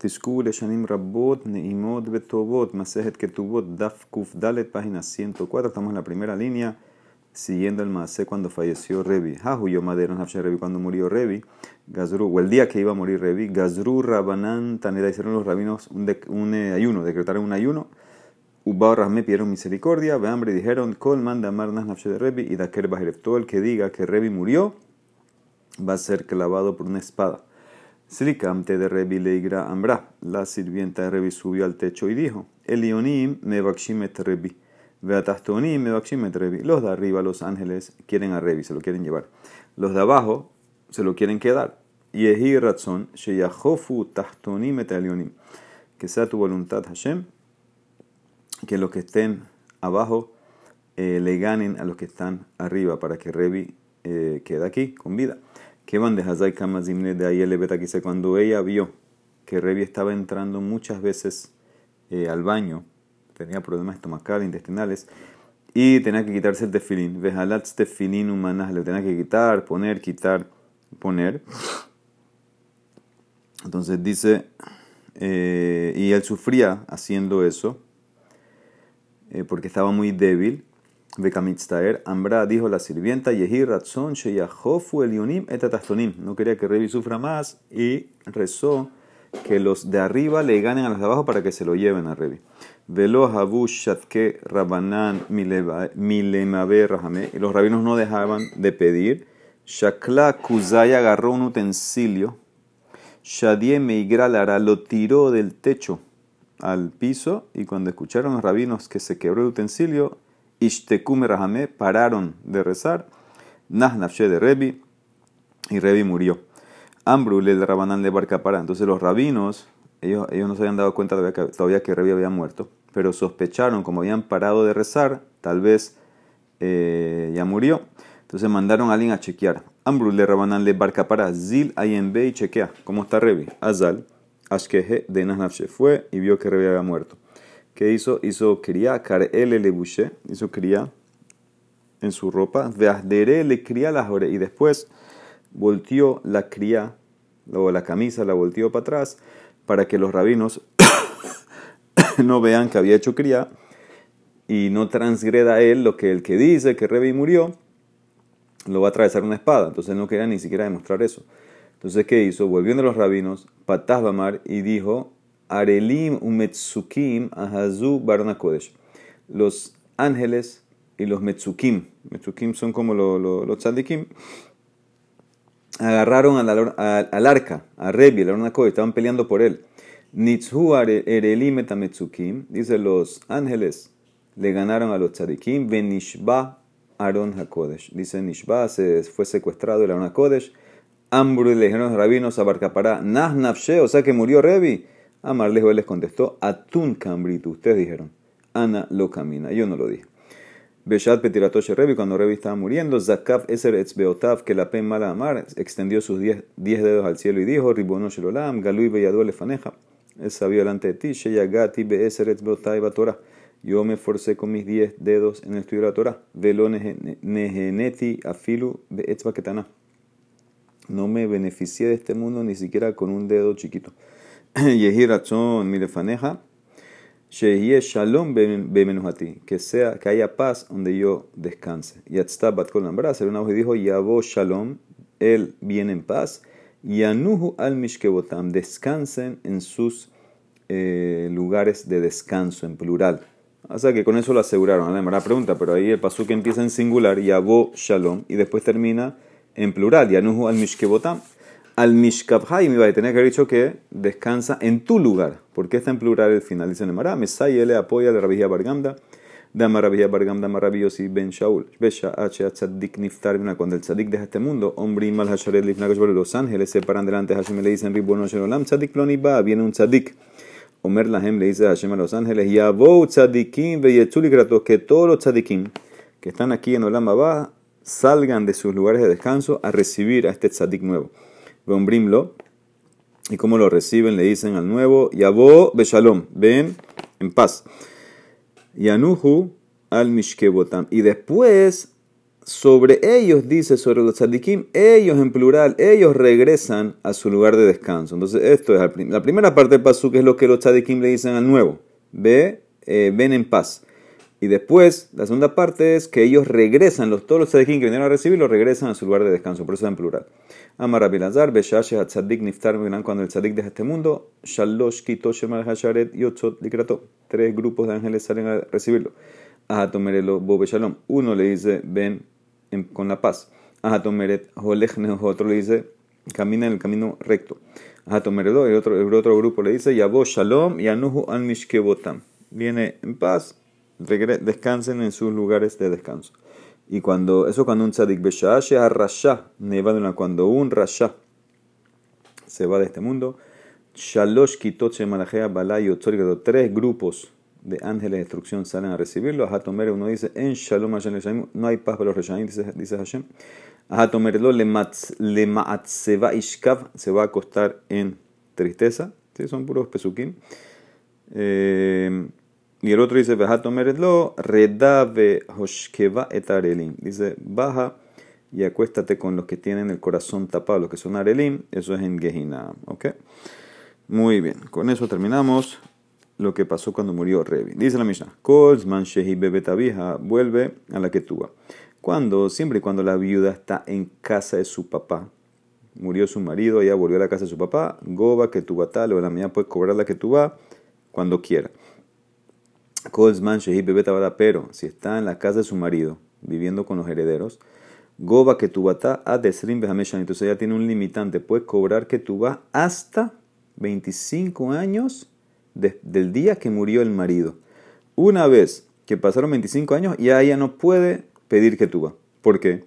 Tishku Leshanim Rabot Neimot Betobot Masejet Ketubot Daf Kuf Dalet, página 104. Estamos en la primera línea, siguiendo el Masé cuando falleció Revi. Hahu Yomadero Nafshe Revi, cuando murió Revi. Gazru, o el día que iba a morir Revi. Gazru Rabanan Taneda, hicieron los rabinos un ayuno, decretaron un ayuno. Ubao Rahme pidieron misericordia. Behambre dijeron: Kol man damar Nafshe de Revi y Daker Bajeref. Todo el que diga que Revi murió va a ser clavado por una espada. Slikamte de Revi leigra ambra. La sirvienta de Revi subió al techo y dijo: Elionim me bakshim et Revi. Veatachtonim me bakshim et Revi. Los de arriba, los ángeles, quieren a Revi, se lo quieren llevar. Los de abajo se lo quieren quedar. Yehi ratzon sheyachofu tachtonim et elionim. Que sea tu voluntad, Hashem, que los que estén abajo le ganen a los que están arriba, para que Revi quede aquí con vida. Que van de Hazai Kamazimne de ahí el Betaquise, cuando ella vio que Revi estaba entrando muchas veces al baño, tenía problemas estomacales, intestinales, y tenía que quitarse el tefilín. Vejalatz tefilín humanas, le tenía que quitar, poner. Entonces dice, y él sufría haciendo eso, porque estaba muy débil. Bekamitztaer, Ambra dijo la sirvienta, Yehi Ratzon Sheyahofu Elionim et Atachtonim. No quería que Revi sufra más y rezó que los de arriba le ganen a los de abajo para que se lo lleven a Revi. Velo Habu Shatke Rabanan Milemabe Rahame. Y los rabinos no dejaban de pedir. Shakla Kuzay agarró un utensilio. Shadie Meigra Lara lo tiró del techo al piso. Y cuando escucharon los rabinos que se quebró el utensilio, Ishtekume Rahame, pararon de rezar. Nah Nafshe de Revi, y Revi murió. Ambru le Rabanán le Barcapara. Entonces los rabinos, ellos no se habían dado cuenta todavía que Revi había muerto, pero sospecharon, como habían parado de rezar, tal vez ya murió. Entonces mandaron a alguien a chequear. Ambru le Rabanán le Barcapara, Zil Ayembe, y chequea cómo está Revi. Azal Ashkehe de Nah Nafshe fue y vio que Revi había muerto. ¿Qué hizo? Hizo cría, Karele le bouché, hizo cría en su ropa, Veahdere le cría las ore, y después volteó la cría, o la camisa la volteó para atrás, para que los rabinos no vean que había hecho cría, y no transgreda él lo que el que dice que Revi murió, lo va a atravesar una espada. Entonces no quería ni siquiera demostrar eso. Entonces, ¿qué hizo? Volvió de los rabinos, Pataz Bamar, y dijo: Arelim umetsukim ahazu barna kodesh. Los ángeles y los metsukim son como los tzadikim, agarraron al arca, a Revi, la barna kodesh, estaban peleando por él. Nitzhu arelim etametsukim, dice, los ángeles le ganaron a los tzadikim. Venishba Aron hakodesh, dice, Nishba se fue secuestrado el Aron hakodesh. Ambru le dijeron los rabinos a Barcapara, Nah nafshe, o sea que murió Revi. Amar les contestó: Atun cambritu. Ustedes dijeron: Ana lo camina. Yo no lo dije. Beshat petiratoshe Revi, cuando Revi estaba muriendo, Zakaf eser etzbeotav, que la pen mala amar, extendió sus 10 dedos al cielo y dijo: Ribono shelolam, galui beyadu lefaneja. Él sabía delante de ti, sheyagati be eser etzbeotav Torah. Yo me forcé con mis 10 dedos en el estudio de la Torah. Velo neheneti afilu be etzba ketana. No me beneficié de este mundo ni siquiera con un dedo chiquito. Yehi ratzon milefaneja, sheyeh shalom bemenuhati, que haya paz donde yo descanse. Yatzta bat kol ambra, se una voz y dijo: Yavo shalom, él viene en paz. Yanuhu al mishkebotam, descansen en sus lugares de descanso, en plural. O sea que con eso lo aseguraron. La pregunta, pero ahí el pasuk empieza en singular, Yavo shalom, y después termina en plural, Yanuhu al mishkebotam. Al Mishkabhai me iba a tener que haber dicho que descansa en tu lugar. ¿Por qué está en plural el final? Dice Nemara, Mesai le apoya de Rabijía Bargamda, Dama Rabijía Bargamda, Maravillosi Ben Shaul, Besha H. Tzadik Niftar, cuando el Tzadik deja este mundo, Omri Mal Hasharet Lifnagosh, los ángeles se paran delante de Hashem y le dicen: Ribono Shelolam, Tzadik Ploni va, viene un Tzadik. Omer Lahem le dice a Hashem a los ángeles: Yavou Tzadikim Veyetzuli Kratos, que todos los Tzadikim que están aquí en Olam Abba salgan de sus lugares de descanso a recibir a este Tzadik nuevo. Bombrimlo, y como lo reciben, le dicen al nuevo: Yabo beshalom, ven en paz. Yanuhu al mishkebotam, y después sobre ellos dice, sobre los tzadikim, ellos en plural, ellos regresan a su lugar de descanso. Entonces esto es la primera parte del pasuk, es lo que los tzadikim le dicen al nuevo. Ven en paz. Y después, la segunda parte es que ellos regresan, todos los tzadikim que vinieron a recibirlo, regresan a su lugar de descanso, por eso es en plural. Amar Rabbi Elazar, Beshashe HaTzadik Niftar, cuando el tzadik deja este mundo, Shalosh Kito Shemar Hasharet Yotzot Likrato. 3 grupos de ángeles salen a recibirlo. Ajatomerelo Bobe Shalom. Uno le dice, ven con la paz. Ajatomeret Holechne, otro le dice, camina en el camino recto. Ajatomerelo, el otro grupo le dice, Yabo Shalom Yanuhu Al Mishkebotam. Viene en paz, descansen en sus lugares de descanso. Y cuando un tzadik Beshashe HaRasha, cuando un rasha se va de este mundo, Shalosh Kitot Shemalajea Balay Yotzor, 3 grupos de ángeles de destrucción salen a recibirlo. Ajatomer, uno dice, en Shalom Hashem Reshaim, no hay paz para los Reshaim, dice Hashem. Ajatomerlo le Maatseva Ishkav, se va a acostar en tristeza. ¿Sí? Son puros pesukim. Y el otro dice, Ajatomerlo Redave Hoshkeva etarelim. Dice, baja y acuéstate con los que tienen el corazón tapado, los que son arelim. Eso es en Gehinam. ¿Ok? Muy bien, con eso terminamos lo que pasó cuando murió Revi. Dice la Mishnah, Kolzman Shehi Bebetabija, vuelve a la Ketubá. Siempre y cuando la viuda está en casa de su papá, murió su marido, ella volvió a la casa de su papá, Goba Ketubá tal, o la mía puede cobrar la Ketubá cuando quiera. Kolzman Shehi Bebetabada, pero si está en la casa de su marido, viviendo con los herederos, Goba Ketubá tal, ad Esrim Behameshan, entonces ella tiene un limitante, puede cobrar Ketubá hasta 25 años del día que murió el marido. Una vez que pasaron 25 años, ya ella no puede pedir ketubá. ¿Por qué?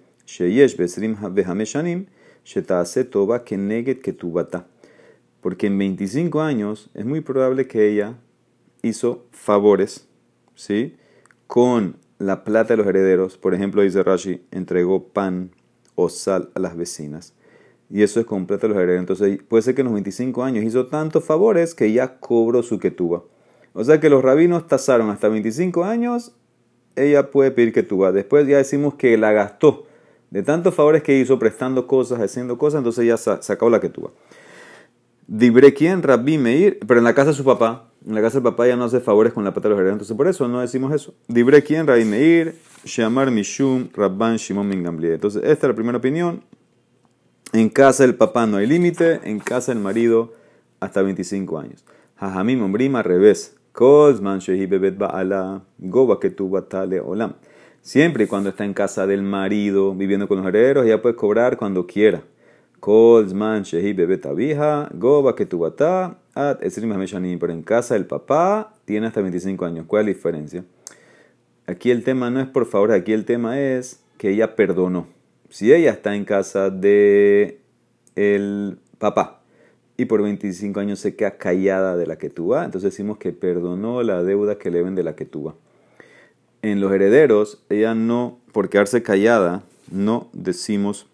Porque en 25 años es muy probable que ella hizo favores, ¿sí?, con la plata de los herederos. Por ejemplo, dice Rashi, entregó pan o sal a las vecinas. Y eso es con plata de los herederos. Entonces puede ser que en los 25 años hizo tantos favores que ya cobró su ketubá. O sea que los rabinos tasaron hasta 25 años, ella puede pedir ketubá. Después ya decimos que la gastó de tantos favores que hizo, prestando cosas, haciendo cosas, entonces ya sacó la ketubá. Dibre quién, Rabbi Meir, pero en la casa de su papá. En la casa del papá ya no hace favores con la plata de los herederos. Entonces por eso no decimos eso. Dibre quién, Rabbi Meir, Shamar Mishum, Rabban Shimon Ben Gamliel. Entonces esta es la primera opinión. En casa del papá no hay límite, en casa del marido hasta 25 años. Jajamim ombrim al revés. Kozman shehi bebet ba'ala, goba ketubá tale olam. Siempre y cuando está en casa del marido, viviendo con los herederos, ella puede cobrar cuando quiera. Kozman shehi bebet abija, goba ketubá ta, at esrim hameshanim. Pero en casa del papá tiene hasta 25 años. ¿Cuál es la diferencia? Aquí el tema no es por favor, aquí el tema es que ella perdonó. Si ella está en casa de el papá y por 25 años se queda callada de la ketubá, entonces decimos que perdonó la deuda que le ven de la ketubá. En los herederos, ella no, por quedarse callada, no decimos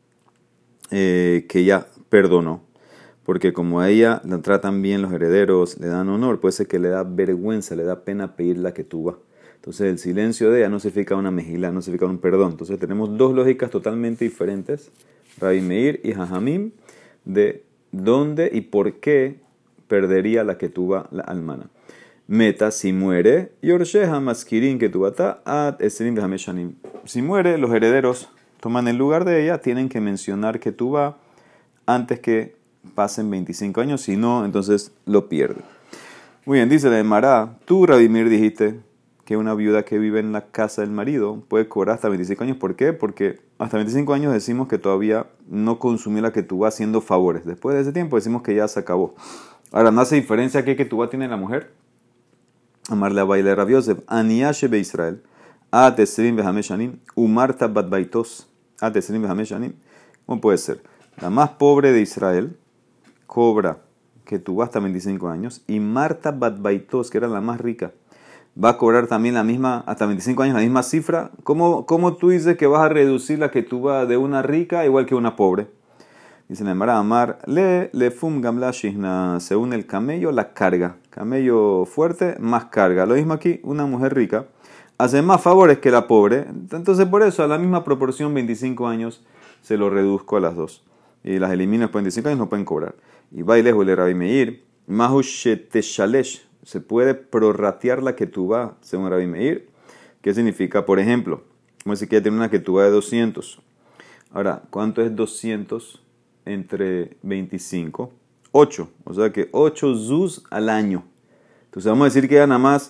que ella perdonó. Porque como a ella la tratan bien los herederos, le dan honor, puede ser que le da vergüenza, le da pena pedir la ketubá. Entonces el silencio de ella no significa una mejilá, no significa un perdón. Entonces tenemos dos lógicas totalmente diferentes, Rabbi Meir y Jajamim, de dónde y por qué perdería la ketubá la almana. Meta, si muere, Yorsheha Maskirin ketubata ad esrim v'hameshanim. Si muere, los herederos toman el lugar de ella, tienen que mencionar ketubá antes que pasen 25 años, si no, entonces lo pierde. Muy bien, dice la Emara, tú, Rabbi Meir, dijiste que una viuda que vive en la casa del marido puede cobrar hasta 25 años. ¿Por qué? Porque hasta 25 años decimos que todavía no consumió la ketubá haciendo favores. Después de ese tiempo decimos que ya se acabó. Ahora, ¿no hace diferencia qué ketubá tiene la mujer? Amarle a baile Rav Yosef, Aniyashe be Israel, at esrim v'hameshanim, umarta bat baitos, at esrim v'hameshanim. ¿Cómo puede ser? La más pobre de Israel cobra ketubá hasta 25 años y Marta bat baitos, que era la más rica, va a cobrar también la misma, hasta 25 años, la misma cifra. ¿Cómo tú dices que vas a reducir la ketubá de una rica igual que una pobre? Dice la Emara Amar, le fum gamla shihna, según el camello, la carga. Camello fuerte, más carga. Lo mismo aquí, una mujer rica, hace más favores que la pobre. Entonces por eso a la misma proporción 25 años se lo reduzco a las dos. Y las elimino después de 25 años no pueden cobrar. Y va y lejos le Rabbi Meir. Mahusheteshalesh. Se puede prorratear la ketubá según Rabbi Meir. ¿Qué significa? Por ejemplo, como si quiere tener una ketubá de 200. Ahora, ¿cuánto es 200 entre 25? 8. O sea que 8 zuz al año. Entonces vamos a decir que ella nada más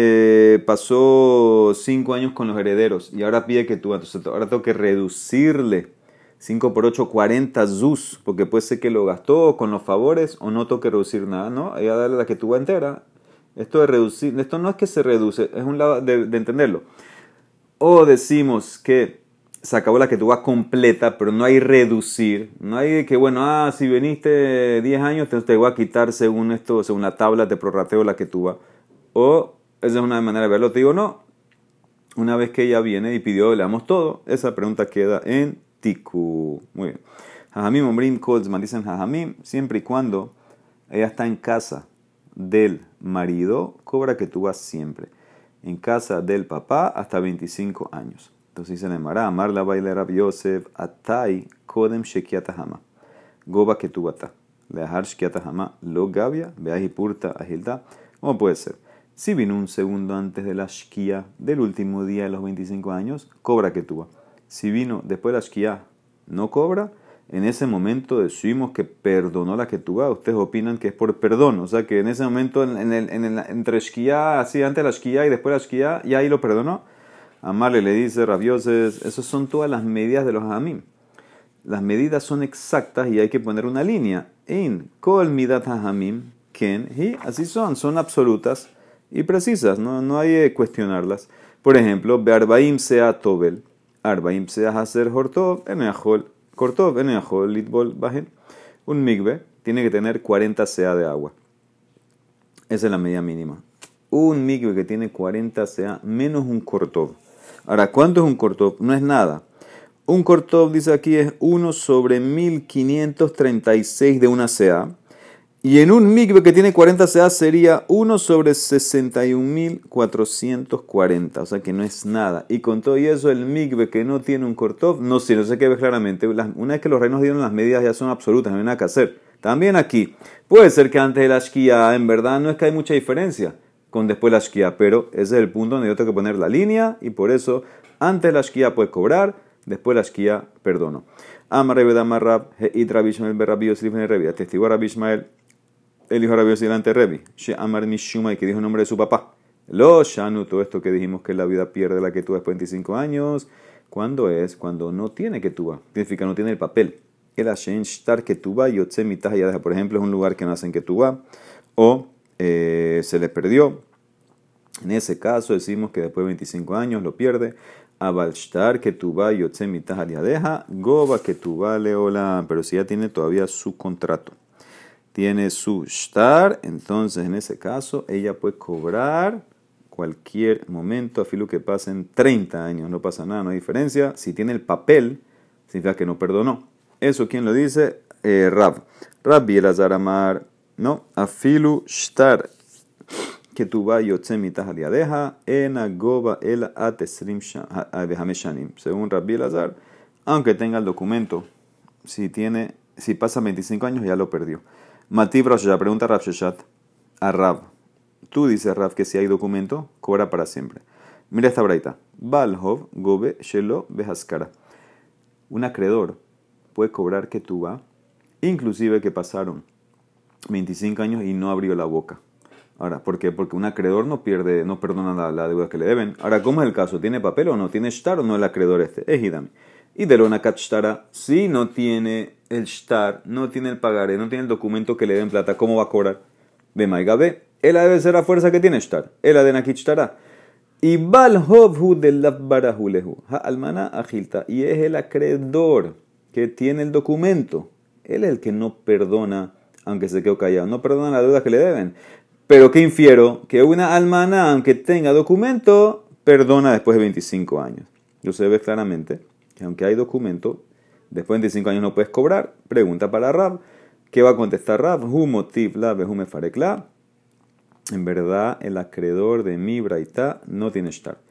pasó 5 años con los herederos y ahora pide ketubá. Entonces ahora tengo que reducirle 5 por 8, 40 zuz, porque puede ser que lo gastó con los favores o no tengo que reducir nada, ¿no? Ella darle la ketubá entera. Esto de reducir, esto no es que se reduce, es un lado de entenderlo. O decimos que se acabó la ketubá completa, pero no hay reducir. No hay que, bueno, si viniste 10 años, entonces te voy a quitar según esto, según la tabla de prorrateo la ketubá. O esa es una manera de verlo. Te digo, no. Una vez que ella viene y pidió, le damos todo, esa pregunta queda en Tiku. Muy bien. Jajamim, Ombrim, Kolzman, dicen Jajamim, siempre y cuando ella está en casa del marido, cobra ketubá siempre. En casa del papá hasta 25 años. Entonces dice Nemara, Amar la baile Rab Yosef, Atai, Kodem Shekiatahama. Goba ketubata. Leahar Shekiatahama, Lo Gavia, Beahipurta, Agilda. ¿Cómo puede ser? Si vino un segundo antes de la Shkia del último día de los 25 años, cobra ketubá. Si vino después de la Shkia, no cobra. En ese momento decimos que perdonó la ketubá. Ustedes opinan que es por perdón. O sea que en ese momento, entre Shkia, así antes de la Shkia y después de la Shkia, ya ahí lo perdonó. Amarle le dice Rabioses, esas son todas las medidas de los Hajamim. Las medidas son exactas y hay que poner una línea. In kol midat Hajamim, ken, y así son absolutas y precisas, no hay que cuestionarlas. Por ejemplo, be'arbaim sea tobel, arbaim sea hacer hortov, enejol, kortov, enejol, litbol, bajen. Un migbe tiene que tener 40 sea de agua. Esa es la medida mínima. Un migbe que tiene 40 sea menos un kortov. Ahora, ¿cuánto es un kortov? No es nada. Un kortov, dice aquí, es 1 sobre 1536 de una sea. Y en un migbe que tiene 40 sea sería 1 sobre 61.440. O sea que no es nada. Y con todo y eso, el migbe que no tiene un kortov, no sé, no sé qué ve claramente. Una vez que los reinos dieron las medidas ya son absolutas, no hay nada que hacer. También aquí, puede ser que antes de la shkia, en verdad no es que hay mucha diferencia con después de la shkia, pero ese es el punto donde yo tengo que poner la línea y por eso antes de la shkia puedes cobrar, después de la shkia perdono. Amar Rebed Amar Rab, Heit Rabbi Ishmael Berrabi Yosef en Rebi, atestiguó a Rabbi Ishmael, el hijo de Rabbi Yosef delante de Rebi, She Amar Mishumai, que dijo el nombre de su papá. Lo Shanu, todo esto que dijimos que la vida pierde la ketubá después de 25 años, ¿cuándo es? Cuando no tiene ketubá, significa no tiene el papel. El Ashen Shtar ketubá Yotze Mitah Yadeja, por ejemplo, es un lugar que no hacen ketubá, o se le perdió. En ese caso decimos que después de 25 años lo pierde. Abalshtar ketubá yotze mitah yadeja, goba ketubá leola. Pero si ya tiene todavía su contrato, tiene su shtar, entonces en ese caso ella puede cobrar cualquier momento, a filo que pasen 30 años, no pasa nada, no hay diferencia. Si tiene el papel, significa que no perdonó. Eso, ¿quién lo dice? Rabbi Elazar Amar, no, afilu shtar ketubá yotze mitah yadeja, ena goba el atesrim shanim. Según Rabbi Elazar, aunque tenga el documento, si pasa 25 años ya lo perdió. Mativ Rav Sheshat, pregunta Rav Sheshat a Rav. Tú dices, Rav, que si hay documento, cobra para siempre. Mira esta braita. Balhov gobe shelo behaskara. Un acreedor puede cobrar ketubá, inclusive que pasaron 25 años y no abrió la boca. Ahora, ¿por qué? Porque un acreedor no perdona la deuda que le deben. Ahora, ¿cómo es el caso? ¿Tiene papel o no? ¿Tiene shtar o no el acreedor este? Ejidami. Y de lo nakat shtara, si no tiene el shtar, no tiene el pagaré, no tiene el documento que le den plata, ¿cómo va a cobrar? Bemaigabe. Él debe ser la fuerza que tiene shtar. Él de nakit shtara. Y balhovhu del labbarahulehu. Ha almana agilta. Y es el acreedor que tiene el documento. Él es el que no perdona, aunque se quedó callado. No perdona la deuda que le deben. Pero ¿qué infiero? Que una almana, aunque tenga documento, perdona después de 25 años. Yo se ve claramente que aunque hay documento, después de 25 años no puedes cobrar. Pregunta para Rab. ¿Qué va a contestar Rab? Hu motiv la behu mefarek la. En verdad, el acreedor de mi braita no tiene shtar.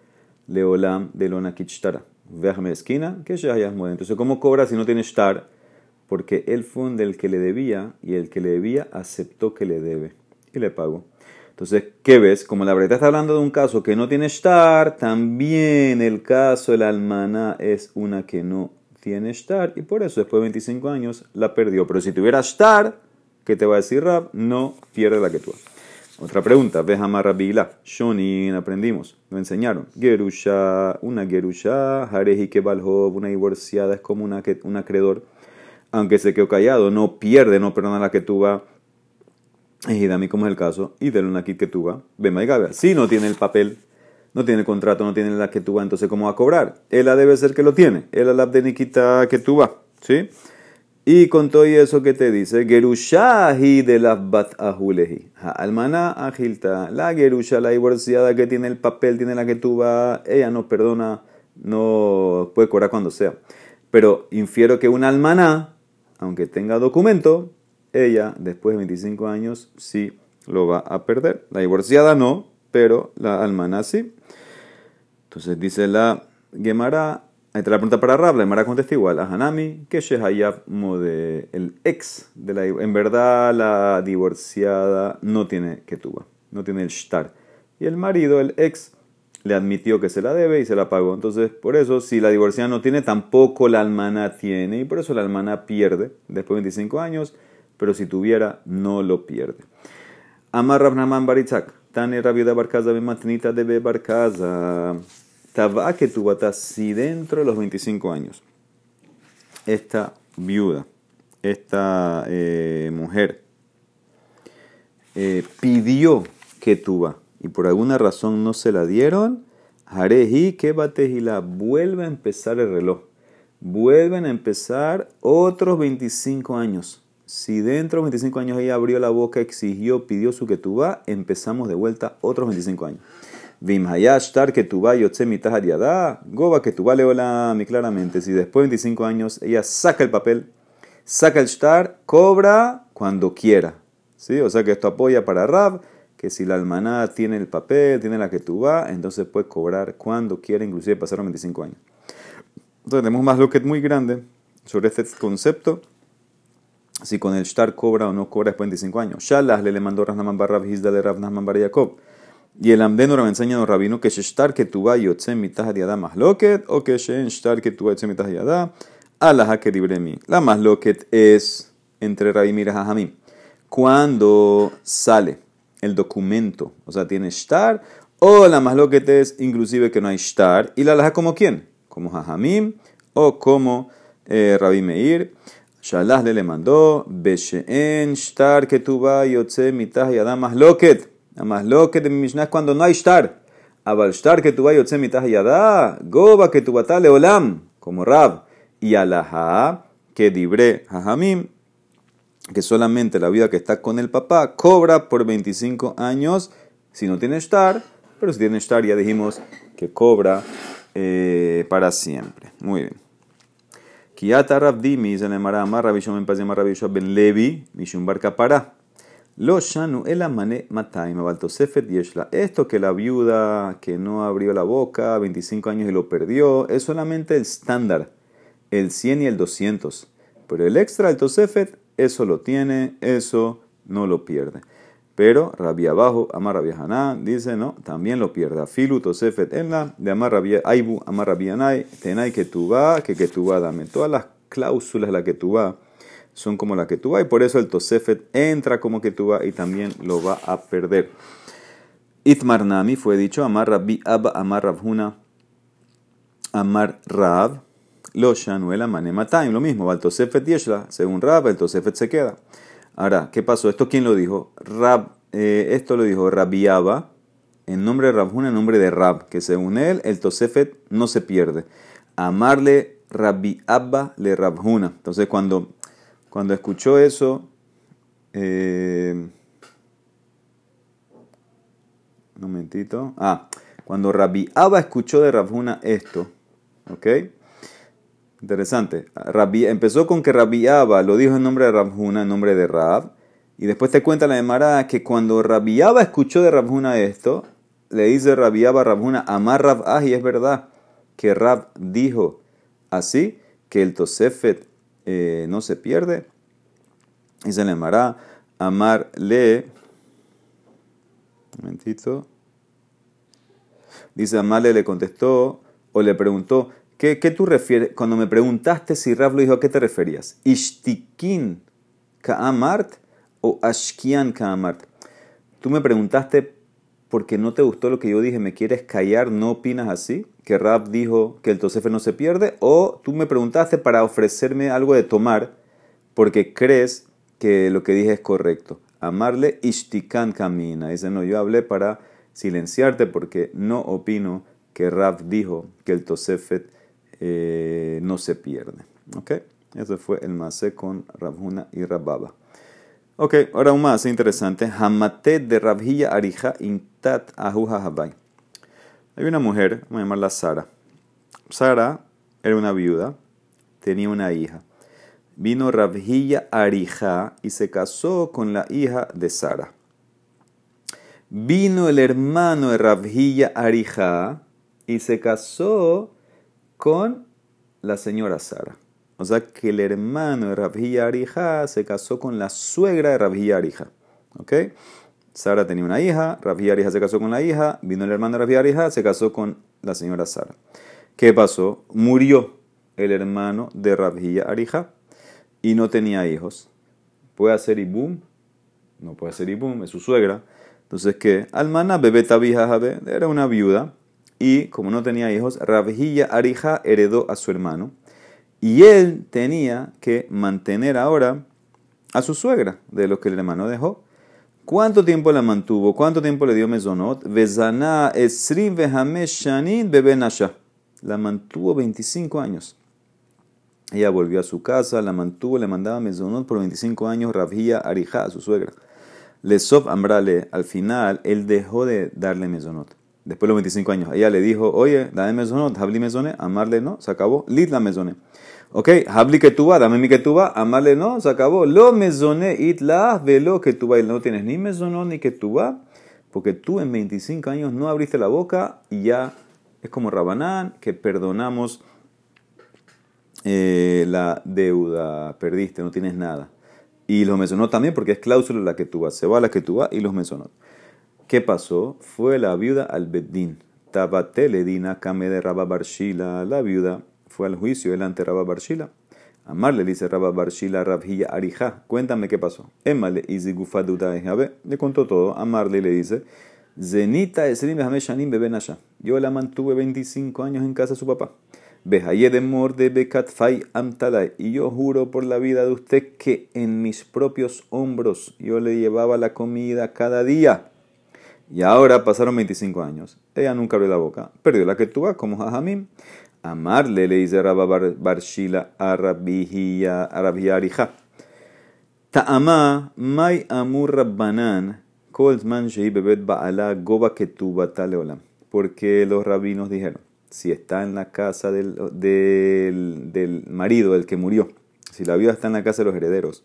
leolam de lona kichtara. Véjame esquina, que ya hayas muerto. Entonces, ¿cómo cobra si no tiene shtar? Porque él fue el que le debía y el que le debía aceptó que le debe y le pagó. Entonces, ¿qué ves? Como la verdad está hablando de un caso que no tiene shtar, también el caso del almaná es una que no tiene shtar y por eso después de 25 años la perdió. Pero si tuviera shtar, ¿qué te va a decir Rab? No pierde la que tú. Otra pregunta, Vejama Rabila, Shonin, aprendimos, lo enseñaron. Gerusha, una Gerusha, Hareji Kebalhov, una divorciada es como un acreedor, aunque se quedó callado, no pierde, no perdona la que tú va. Y dame como es el caso, y de una kit que tú va. Vema y Gabia, si no tiene el papel, no tiene el contrato, no tiene la que tú va, entonces ¿cómo va a cobrar? Ella debe ser que lo tiene, ella la de Nikita que tú va, ¿sí? Y con todo eso que te dice, Gerushahi de las bat ahulehi. Almaná agilta, la Gerusha, la divorciada que tiene el papel, tiene la que tú va, ella no perdona, no puede cobrar cuando sea. Pero infiero que una almaná, aunque tenga documento, ella después de 25 años sí lo va a perder. La divorciada no, pero la almaná sí. Entonces dice la Gemara. Ahí te la pregunta para Rab, la Gemara contesta igual. Hanami, que Shehayab mode, el ex de la en verdad la divorciada no tiene ketubah, no tiene el shtar. Y el marido, el ex, le admitió que se la debe y se la pagó. Entonces, por eso, si la divorciada no tiene, tampoco la almaná tiene. Y por eso la almaná pierde después de 25 años, pero si tuviera, no lo pierde. Amar Rav Naman Baritzak, Tane Rabiuda Barkaza, Bematnita de Barkaza. Tabá que tu bata si dentro de los 25 años esta viuda, esta mujer pidió que tuba y por alguna razón no se la dieron, Hareji que batejila vuelve a empezar el reloj, vuelven a empezar otros 25 años. Si dentro de los 25 años ella abrió la boca, exigió, pidió su ketubá, empezamos de vuelta otros 25 años. Vimhayashtar que tu va yotze mitad ariada, goba que tu va leolam, y claramente, si después de 25 años ella saca el papel, saca el shtar, cobra cuando quiera. ¿Sí? O sea que esto apoya para Rab, que si la almaná tiene el papel, tiene la que tú va, entonces puede cobrar cuando quiera, inclusive pasaron 25 años. Entonces tenemos más loquet muy grande sobre este concepto, si con el shtar cobra o no cobra después de 25 años. Shalah le mandó Rav Naman bar Rav Hizda de Rav Naman bar Yaakov. Y el Amdeno nos enseña a los rabinos que shtar que tu va yotze mitad yadá más loquet o que shtar que tu va yotze mitad yadá alaha que libre mí. La más loquet es entre Rabbi Mira Jajamim. Cuando sale el documento, o sea, tiene shtar, o la más loquet es inclusive que no hay shtar, y la alaha como quién, como Jajamim o como Rabbi Meir. Shalah le mandó beshen shtar que tu va yotze mitad yadá más loquet. Además, lo que de mi Mishnah es cuando no hay shtar. Abal shtar que tu va yotze mitah yadá, goba que tu batá leolam, como Rab. Y alaha, que dibre hajamim, que solamente la vida que está con el papá cobra por 25 años si no tiene shtar, pero si tiene shtar ya dijimos que cobra para siempre. Muy bien. Kiata Rab Dimi, se le llamará Amar Rabbi Shimon ben Levi, Mishum Bar Kapará. Lo shanu el amane mataim aval tosefet yeshla. Esto que la viuda que no abrió la boca, 25 años y lo perdió, es solamente el estándar, el 100 y el 200. Pero el extra, el tosefet, eso lo tiene, eso no lo pierde. Pero Rabbi abajo, Amar Rabbi Haná, dice no, también lo pierde. Filu tosefet en la de Amar Rabbi Aibu, Amar Rabbi Anay, tenay que tú va, que tú va, dame. Todas las cláusulas de la que tú va son como la que tú vas y por eso el Tosefet entra como que tú vas y también lo va a perder. Itmar Nami fue dicho, Amar Rabbi Abba, Amar Rabhuna, Amar Rab, Lo Shanuel Amane Mataim, lo mismo, el Tosefet Yeshla, según Rab, el Tosefet se queda. Ahora, ¿qué pasó? ¿Esto quién lo dijo? Esto lo dijo Rabbi Abba, en nombre de Rabhuna, en nombre de Rab, que según él, el Tosefet no se pierde. Amarle Rabbi Abba le Rabhuna. Entonces, cuando escuchó eso, un momentito. Cuando Rabbi Abba escuchó de Rav Huna esto, ¿ok? Interesante. Empezó con que Rabbi Abba lo dijo en nombre de Rav Huna, en nombre de Rab, y después te cuenta la Gemara que cuando Rabbi Abba escuchó de Rav Huna esto, le dice Rabiaba Rabhuna, Amar Rab Ahi, es verdad que Rab dijo así, que el Tosefet no se pierde. Y se le llamará Amar le. Un momentito. Dice Amarle le contestó o le preguntó, ¿qué tú refieres? Cuando me preguntaste si Rab lo dijo, ¿a qué te referías? ¿Ishtikin ka'amart o ashkian ka'amart? Tú me preguntaste porque no te gustó lo que yo dije, ¿me quieres callar? ¿No opinas así? ¿Que Rab dijo que el Tosefe no se pierde? ¿O tú me preguntaste para ofrecerme algo de tomar porque crees que lo que dije es correcto? Amarle ishtikan camina. Dice, no, yo hablé para silenciarte porque no opino que Rab dijo que el Tosefet no se pierde. ¿Ok? Eso fue el masé con Rabhuna y Rababa. Ok, ahora un más interesante. Hamatet de Rabhilla Arija intat ajuja habay. Hay una mujer, vamos a llamarla Sara. Sara era una viuda, tenía una hija. Vino Rabhilla Arija y se casó con la hija de Sara. Vino el hermano de Rabhilla Arija y se casó con la señora Sara. O sea que el hermano de Rabhilla Arija se casó con la suegra de Rabhilla Arija. ¿Ok? Sara tenía una hija, Rabhilla Arija se casó con la hija, vino el hermano de Rabhilla Arija, se casó con la señora Sara. ¿Qué pasó? Murió el hermano de Rabhilla Arija y no tenía hijos. ¿Puede hacer ibum? No puede hacer ibum, es su suegra. Entonces, ¿qué? Almana bebé tabija jabe, era una viuda y como no tenía hijos, Rabhilla Arija heredó a su hermano. Y él tenía que mantener ahora a su suegra de lo que el hermano dejó. ¿Cuánto tiempo la mantuvo? ¿Cuánto tiempo le dio mezonot? Vezana esrim vehamesh shanin bebenasha. La mantuvo 25 años. Ella volvió a su casa, la mantuvo, le mandaba mezonot por 25 años Rabhilla Arija a su suegra. Lesov ambrale, al final él dejó de darle mezonot. Después de los 25 años, ella le dijo, oye, dame mezonot, habli mezone, amarle no, se acabó, lit la mezone. Ok, habli que tú va, dame mi que tú va, amarle no, se acabó. Lo mezone itla, velo que tú va, y no tienes ni mezonot ni que tú va, porque tú en 25 años no abriste la boca y ya es como Rabanán, que perdonamos la deuda, perdiste, no tienes nada. Y los mezonot también, porque es cláusula la que tú va, se va la que tú va y los mezonot. ¿Qué pasó? Fue la viuda al Beddin. Tabateledina kame de Rabba Barshila. La viuda fue al juicio delante de Rabba Barshila. Amarle le dice Rabba Barshila Rabhilla Arija. Cuéntame qué pasó. Emale izigufa duda ejabe. Le contó todo. Amarle le dice Zenita esrim shanim bebenasha. Yo la mantuve 25 años en casa de su papá. Behaye de morde bekatfai amtalai. Y yo juro por la vida de usted que en mis propios hombros yo le llevaba la comida cada día. Y ahora pasaron 25 años. Ella nunca abrió la boca. Perdió la ketubá como Jajamim. Amarle le dice Rabba Barshila a Rabhilla Arija. Ta'ama may amur rabbanan kol zman shehi bebet ba'ala goba ketubata leolam. Porque los rabinos dijeron, si está en la casa del marido, del que murió, si la viuda está en la casa de los herederos,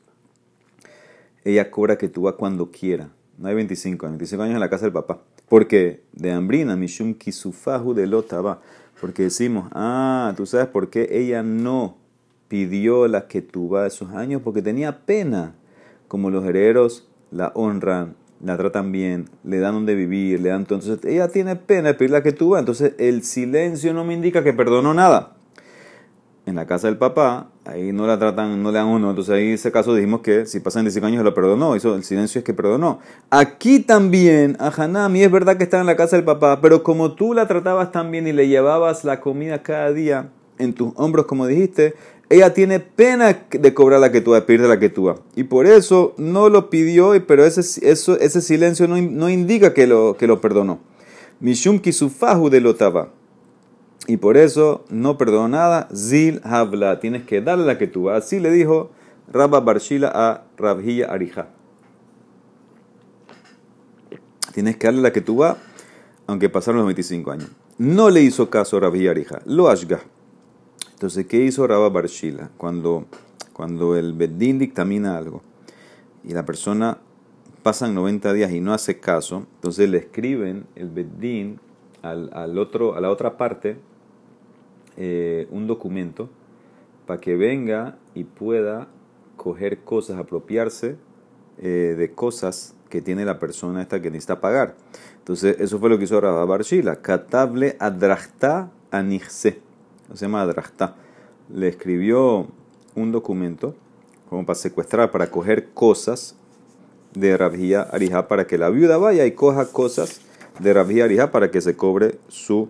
ella cobra ketubá cuando quiera. No hay 25 años, 25 años en la casa del papá. ¿Por qué? De hambrina, mishum kisufahu de lotaba. Porque decimos, tú sabes por qué ella no pidió la ketubá de esos años, porque tenía pena. Como los herederos la honran, la tratan bien, le dan donde vivir, le dan todo. Entonces ella tiene pena de pedir la ketubá. Entonces el silencio no me indica que perdonó nada. En la casa del papá, ahí no la tratan, no le dan uno. Entonces ahí en ese caso dijimos que si pasan 25 años se lo perdonó. Eso, el silencio es que perdonó. Aquí también, a Hanami es verdad que estaba en la casa del papá, pero como tú la tratabas tan bien y le llevabas la comida cada día en tus hombros, como dijiste, ella tiene pena de cobrar la ketubá, de pedirte la ketubá. Y por eso no lo pidió, pero ese silencio no indica que lo perdonó. Mishum kisufahu de lotaba. Y por eso no perdonó nada. Zil habla, tienes que darle la ketubá. Así le dijo Rabba Barshila a Rabhilla Arija. Tienes que darle la ketubá, aunque pasaron los 25 años. No le hizo caso a Rabhilla Arija. Lo ashga. Entonces, ¿qué hizo Rabba Barshila? Cuando el Beddin dictamina algo y la persona pasan 90 días y no hace caso, entonces le escriben el Beddin a la otra parte un documento para que venga y pueda coger cosas, apropiarse de cosas que tiene la persona esta que necesita pagar. Entonces, eso fue lo que hizo Rabba bar Shila. Katable adrachta anihse. Se llama adrachta. Le escribió un documento como para secuestrar, para coger cosas de Rabhia Arija, para que la viuda vaya y coja cosas de Rabhia Arija para que se cobre su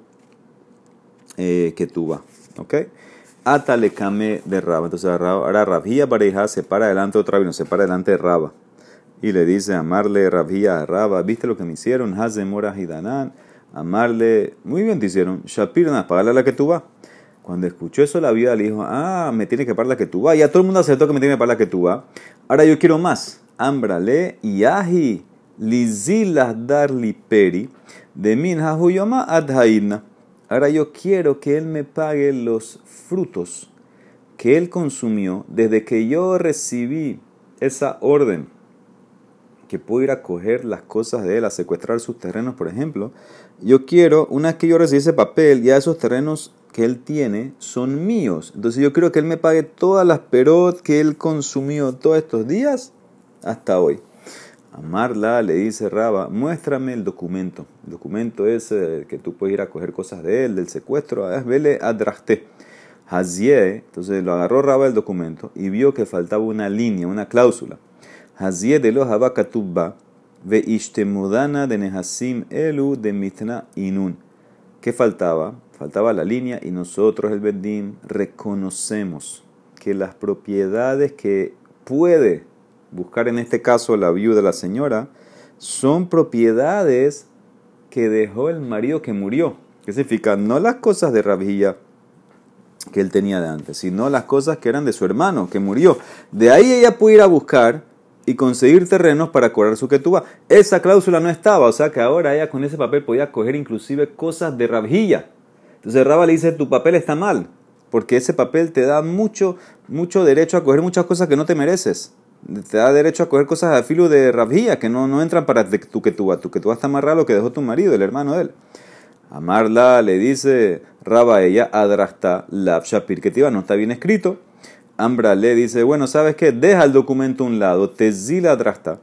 ketubá. ¿Ok? Atale kame de Raba. Entonces ahora Rabhia Arija se para delante de otra vez, no se para delante de Raba. Y le dice, amarle Rabhia a Raba, ¿viste lo que me hicieron? Hazemora Hidanan. Amarle, muy bien te hicieron. Shapirna, pagarle la ketubá. Cuando escuchó eso, la viuda le dijo, me tiene que pagar la ketubá. Ya todo el mundo aceptó que me tiene que pagar la ketubá. Ahora yo quiero más. Ámbrale y aji lizilas darli peri de min hahuyoma adhaidna. Ahora yo quiero que él me pague los frutos que él consumió desde que yo recibí esa orden, que puedo ir a coger las cosas de él, a secuestrar sus terrenos, por ejemplo. Yo quiero, una vez que yo recibí ese papel, ya esos terrenos que él tiene son míos. Entonces yo quiero que él me pague todas las perot que él consumió todos estos días hasta hoy. Amarla le dice Raba, muéstrame el documento. El documento es que tú puedes ir a coger cosas de él, del secuestro. Vele adrachte. Hazie, entonces lo agarró Raba el documento y vio que faltaba una línea, una cláusula. Hazie de los habakatubba ve ishtemudana de nehasim elu de mitna inun. ¿Qué faltaba? Faltaba la línea y nosotros, el Beddin, reconocemos que las propiedades que puede buscar en este caso la viuda, la señora, son propiedades que dejó el marido que murió. ¿Qué significa? No las cosas de Rabhia que él tenía de antes, sino las cosas que eran de su hermano que murió. De ahí ella pudo ir a buscar y conseguir terrenos para cobrar su ketubá. Esa cláusula no estaba, o sea que ahora ella con ese papel podía coger inclusive cosas de Rabhia. Entonces Raba le dice, tu papel está mal, porque ese papel te da mucho derecho a coger muchas cosas que no te mereces. Te da derecho a coger cosas de filo de Rabhia que no entran para tu ketubá. Tu ketubá está más raro lo que dejó tu marido, el hermano de él. Amarla le dice Raba a ella, adrasta lav shapir ketubá, no está bien escrito. Ambra le dice, bueno, ¿sabes qué? Deja el documento a un lado, tezila adrasta.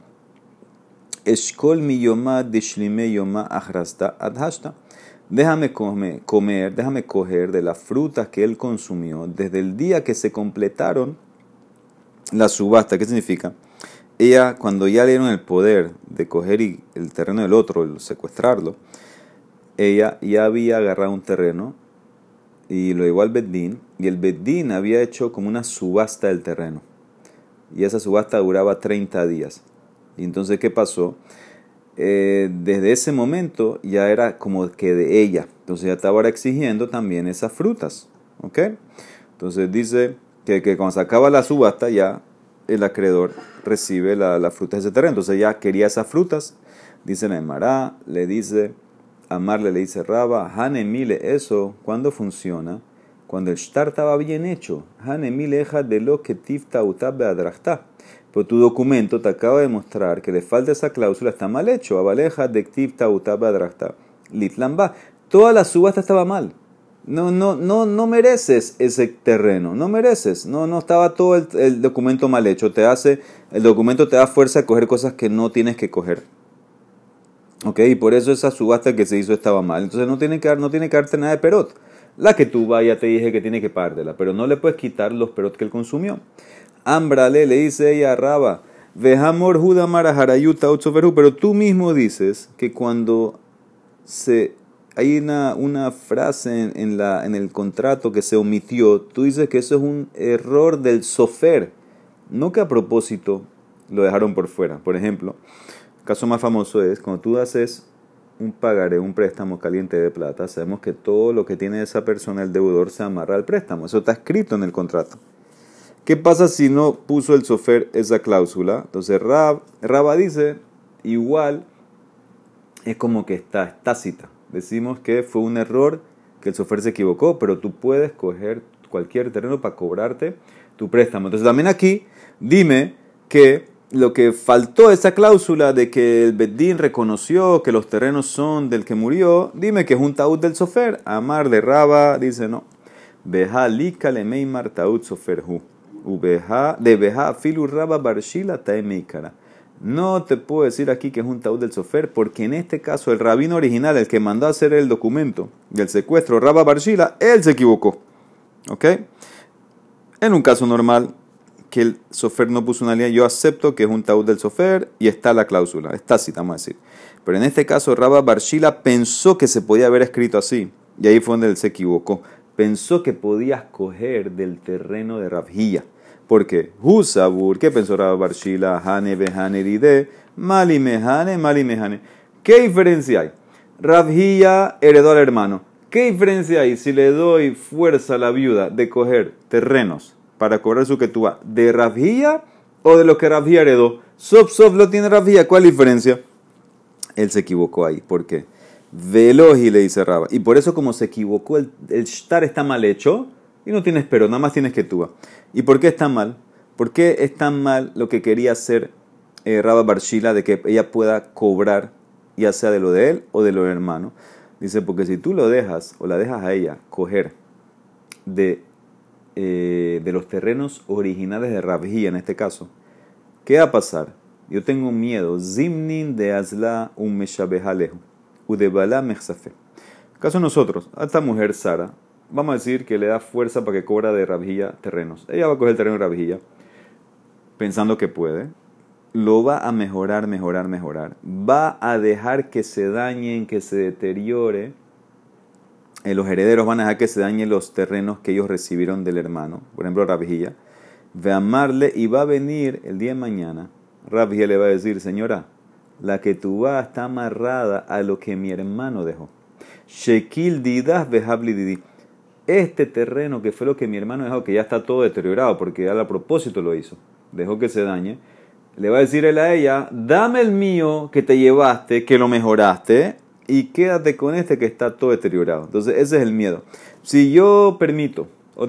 Eshkol mi yomá dishlime yomá ahrasta adhashta. Déjame comer, déjame coger de las frutas que él consumió desde el día que se completaron la subasta. ¿Qué significa? Ella, cuando ya le dieron el poder de coger el terreno del otro, el secuestrarlo, ella ya había agarrado un terreno y lo llevó al Beddin, y el Beddin había hecho como una subasta del terreno. Y esa subasta duraba 30 días. Y entonces, ¿qué pasó? Desde ese momento ya era como que de ella. Entonces ya estaba ahora exigiendo también esas frutas. ¿Ok? Entonces dice que cuando se acaba la subasta ya el acreedor recibe las frutas de ese terreno. Entonces ya quería esas frutas. Dice la Emara, le dice, Amarle le dice Raba, Hanemile, eso, ¿cuándo funciona? Cuando el shtar estaba bien hecho. Hanemile eja de lo que tifta utabe adrachta. Pero tu documento te acaba de mostrar que le falta esa cláusula, está mal hecho. Abaleja de tifta utabe adrachta. Litlamba. Toda la subasta estaba mal. No mereces ese terreno, no mereces. No estaba todo el documento mal hecho. El documento te da fuerza a coger cosas que no tienes que coger. Ok, y por eso esa subasta que se hizo estaba mal. Entonces no tiene que darte nada de perot. La que tú ya te dije que tiene que pagártela, pero no le puedes quitar los perot que él consumió. Ámbrale, le dice ella a Raba, Vejamor Judamara Harayuta Otsoferu, pero tú mismo dices que cuando hay una frase en el contrato que se omitió, tú dices que eso es un error del sofer, no que a propósito lo dejaron por fuera. Por ejemplo, el caso más famoso es cuando tú haces un pagaré, un préstamo caliente de plata, sabemos que todo lo que tiene esa persona, el deudor, se amarra al préstamo. Eso está escrito en el contrato. ¿Qué pasa si no puso el sofer esa cláusula? Entonces Raba dice, igual es como que está tácita. Decimos que fue un error, que el sofer se equivocó, pero tú puedes coger cualquier terreno para cobrarte tu préstamo. Entonces también aquí dime que lo que faltó esa cláusula de que el Beddín reconoció que los terrenos son del que murió, dime que es un taúd del sofer. Amar de Raba dice no. Beja lika le meimar taúd sofer hu. De beja filu Raba barshila tae meikara. No te puedo decir aquí que es un taúd del sofer, porque en este caso el rabino original, el que mandó a hacer el documento del secuestro, Raba barshila, él se equivocó. ¿Ok? En un caso normal, que el sofer no puso una línea, yo acepto que es un taúd del sofer y está la cláusula, está así, vamos a decir. Pero en este caso, Rabba Barshila pensó que se podía haber escrito así, y ahí fue donde él se equivocó. Pensó que podías coger del terreno de Rabhilla. ¿Por qué? Husabur, ¿qué pensó Rabba Barshila? Hane behane dide, mali mehane. ¿Qué diferencia hay? Rabhilla heredó al hermano. ¿Qué diferencia hay si le doy fuerza a la viuda de coger terrenos para cobrar su ketúa de Rabhilla o de lo que Rabhilla heredó? Sof lo tiene Rabhilla, ¿cuál diferencia? Él se equivocó ahí, ¿por qué? Veloji le dice Rabba. Y por eso como se equivocó, el shtar está mal hecho y no tienes pero, nada más tienes ketúa. ¿Y por qué está mal? ¿Por qué es tan mal lo que quería hacer Rabba Barshila de que ella pueda cobrar ya sea de lo de él o de lo del hermano? Dice, porque si tú lo dejas o la dejas a ella coger de los terrenos originales de Rabhilla en este caso, ¿qué va a pasar? Yo tengo miedo. Zimnin de Azla un meshabehalehu, udebala mechsafe. Caso nosotros, a esta mujer Sara, vamos a decir que le da fuerza para que cobra de Rabhilla terrenos. Ella va a coger el terreno de Rabhilla, pensando que puede. Lo va a mejorar. Va a dejar que se dañen, que se deteriore. Los herederos van a dejar que se dañen los terrenos que ellos recibieron del hermano. Por ejemplo, Rabhilla. Ve a amarle y va a venir el día de mañana. Rabhilla le va a decir, señora, la que tú vas está amarrada a lo que mi hermano dejó. Shekil didas vehabli didi. Este terreno que fue lo que mi hermano dejó, que ya está todo deteriorado, porque ya a propósito lo hizo. Dejó que se dañe. Le va a decir él a ella, dame el mío que te llevaste, que lo mejoraste, y quédate con este que está todo deteriorado. Entonces ese es el miedo. Si yo permito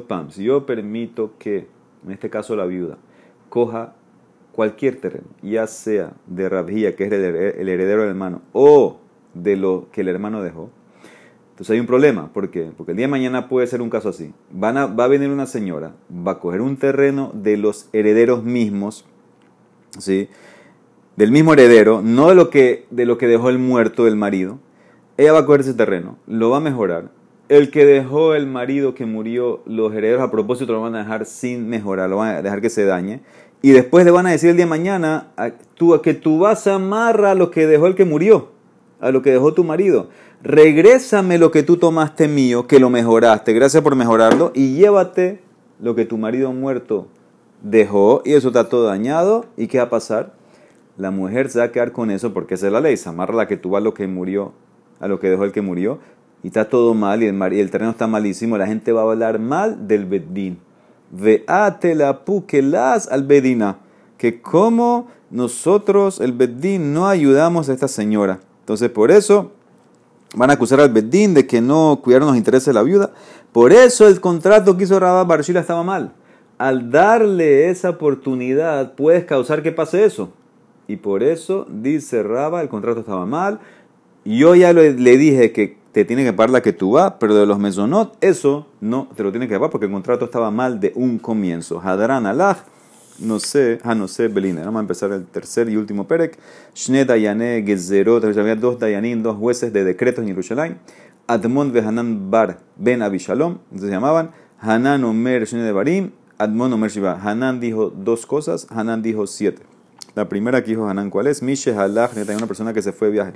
que, en este caso la viuda, coja cualquier terreno, ya sea de Rabhilla, que es el heredero del hermano, o de lo que el hermano dejó, entonces hay un problema. ¿Por qué? Porque el día de mañana puede ser un caso así. Va a venir una señora, va a coger un terreno de los herederos mismos, ¿sí? Del mismo heredero, no de lo que dejó el muerto del marido. Ella va a coger ese terreno, lo va a mejorar. El que dejó el marido que murió, los herederos a propósito lo van a dejar sin mejorar, lo van a dejar que se dañe. Y después le van a decir el día de mañana que tú vas a amarrar a lo que dejó el que murió, a lo que dejó tu marido. Regrésame lo que tú tomaste mío, que lo mejoraste, gracias por mejorarlo, y llévate lo que tu marido muerto dejó, y eso está todo dañado. ¿Y qué va a pasar? La mujer se va a quedar con eso, porque esa es la ley, se amarra la que tú vas a lo que murió, a lo que dejó el que murió, y está todo mal, y el terreno está malísimo, la gente va a hablar mal del Beddín. Veate la pukelas al Bedina, que como nosotros, el Beddín, no ayudamos a esta señora. Entonces por eso van a acusar al Beddín de que no cuidaron los intereses de la viuda. Por eso el contrato que hizo Rabba Barshila estaba mal. Al darle esa oportunidad puedes causar que pase eso. Y por eso dice Rabba, el contrato estaba mal. Yo ya le dije que te tiene que pagar la que tú vas, pero de los mesonot, eso no te lo tiene que pagar porque el contrato estaba mal de un comienzo. Hadran alaj, no sé, Belina. Vamos a empezar el tercer y último perek. Shne dayane gezerot, había dos dayanim, dos jueces de decretos en Jerusalén. Admon ve Hanan bar ben Abishalom, entonces se llamaban Hanan Omer Shne de Barim, Admon Omer Shiva. Hanan dijo dos cosas, Hanan dijo 7. La primera que dijo Hanan, ¿cuál es? Mishe halach, hay una persona que se fue de viaje.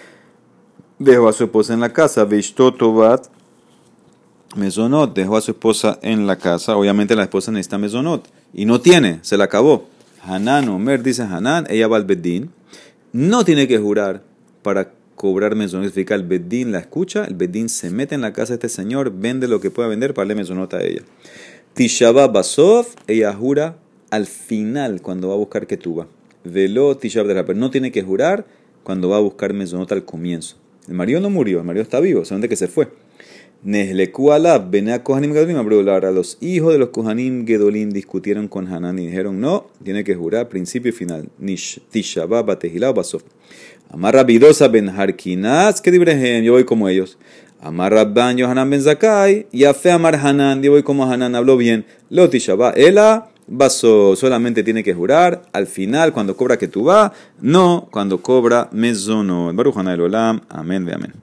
Dejó a su esposa en la casa, Vishtotovat Mesonot, dejó a su esposa en la casa. Obviamente la esposa necesita Mesonot y no tiene, se la acabó. Hanan Omer, dice Hanan, ella va al Beddín, no tiene que jurar para cobrar Mesonot. Significa el Beddín la escucha, el Beddín se mete en la casa de este señor, vende lo que pueda vender para darle Mesonot a ella. Tishaba Basov, ella jura al final cuando va a buscar Ketubah. Velo Tishab de la, pero no tiene que jurar cuando va a buscar Mesonot al comienzo. El marido no murió, el marido está vivo, solamente que se fue. Nehleku alab, benea Kohanim Gedolim, ahora los hijos de los Kohanim Gedolim discutieron con Hanan y dijeron, no, tiene que jurar principio y final. Nish, Tishabá, Batehilá o Basof. Amar Rabidosa ben Harkinas, que dibrejem, yo voy como ellos. Amar Rabban Yohanan ben Zakai, Yafe Amar Hanan, yo voy como Hanan, habló bien. Lo Tishabá, Ela, Baso, solamente tiene que jurar al final, cuando cobra que tú va, no cuando cobra mezono. Baruch Hanay Olam, amén, amén.